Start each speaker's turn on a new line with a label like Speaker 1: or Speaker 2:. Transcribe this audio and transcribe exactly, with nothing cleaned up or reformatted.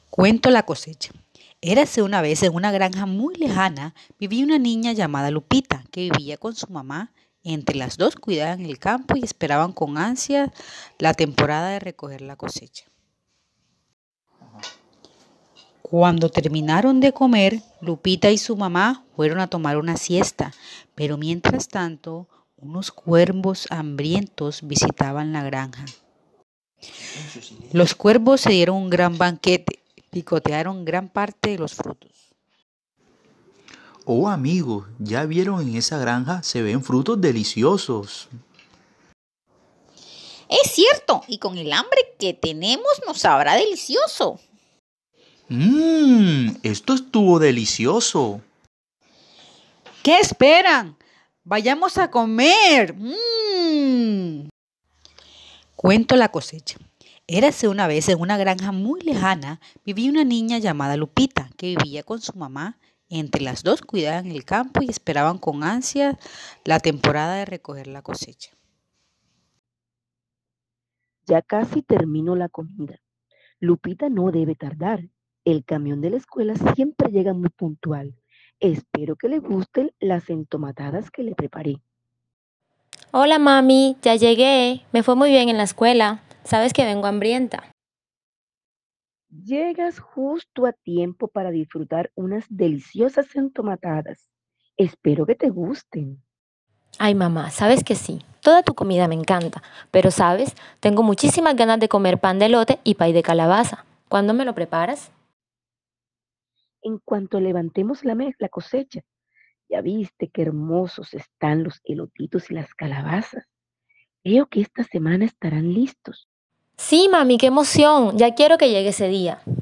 Speaker 1: Cuento la cosecha. Érase una vez en una granja muy lejana, vivía una niña llamada Lupita, que vivía con su mamá. Entre las dos cuidaban el campo y esperaban con ansia la temporada de recoger la cosecha. Cuando terminaron de comer, Lupita y su mamá fueron a tomar una siesta, pero mientras tanto, unos cuervos hambrientos visitaban la granja. Los cuervos se dieron un gran banquete, picotearon gran parte de los frutos.
Speaker 2: Oh amigos, ya vieron en esa granja, se ven frutos deliciosos.
Speaker 3: Es cierto, y con el hambre que tenemos nos sabrá delicioso.
Speaker 2: Mmm, esto estuvo delicioso.
Speaker 1: ¿Qué esperan? Vayamos a comer. ¡Mmm! Cuento la cosecha. Érase una vez en una granja muy lejana, vivía una niña llamada Lupita, que vivía con su mamá. Entre las dos cuidaban el campo y esperaban con ansia la temporada de recoger la cosecha.
Speaker 4: Ya casi termino la comida. Lupita no debe tardar. El camión de la escuela siempre llega muy puntual. Espero que le gusten las entomatadas que le preparé.
Speaker 5: Hola mami, ya llegué. Me fue muy bien en la escuela. Sabes que vengo hambrienta.
Speaker 4: Llegas justo a tiempo para disfrutar unas deliciosas entomatadas. Espero que te gusten.
Speaker 5: Ay mamá, sabes que sí. Toda tu comida me encanta. Pero sabes, tengo muchísimas ganas de comer pan de elote y pay de calabaza. ¿Cuándo me lo preparas?
Speaker 4: En cuanto levantemos la, me- la cosecha, ya viste qué hermosos están los elotitos y las calabazas. Creo que esta semana estarán listos.
Speaker 5: Sí mami, qué emoción. Ya quiero que llegue ese día.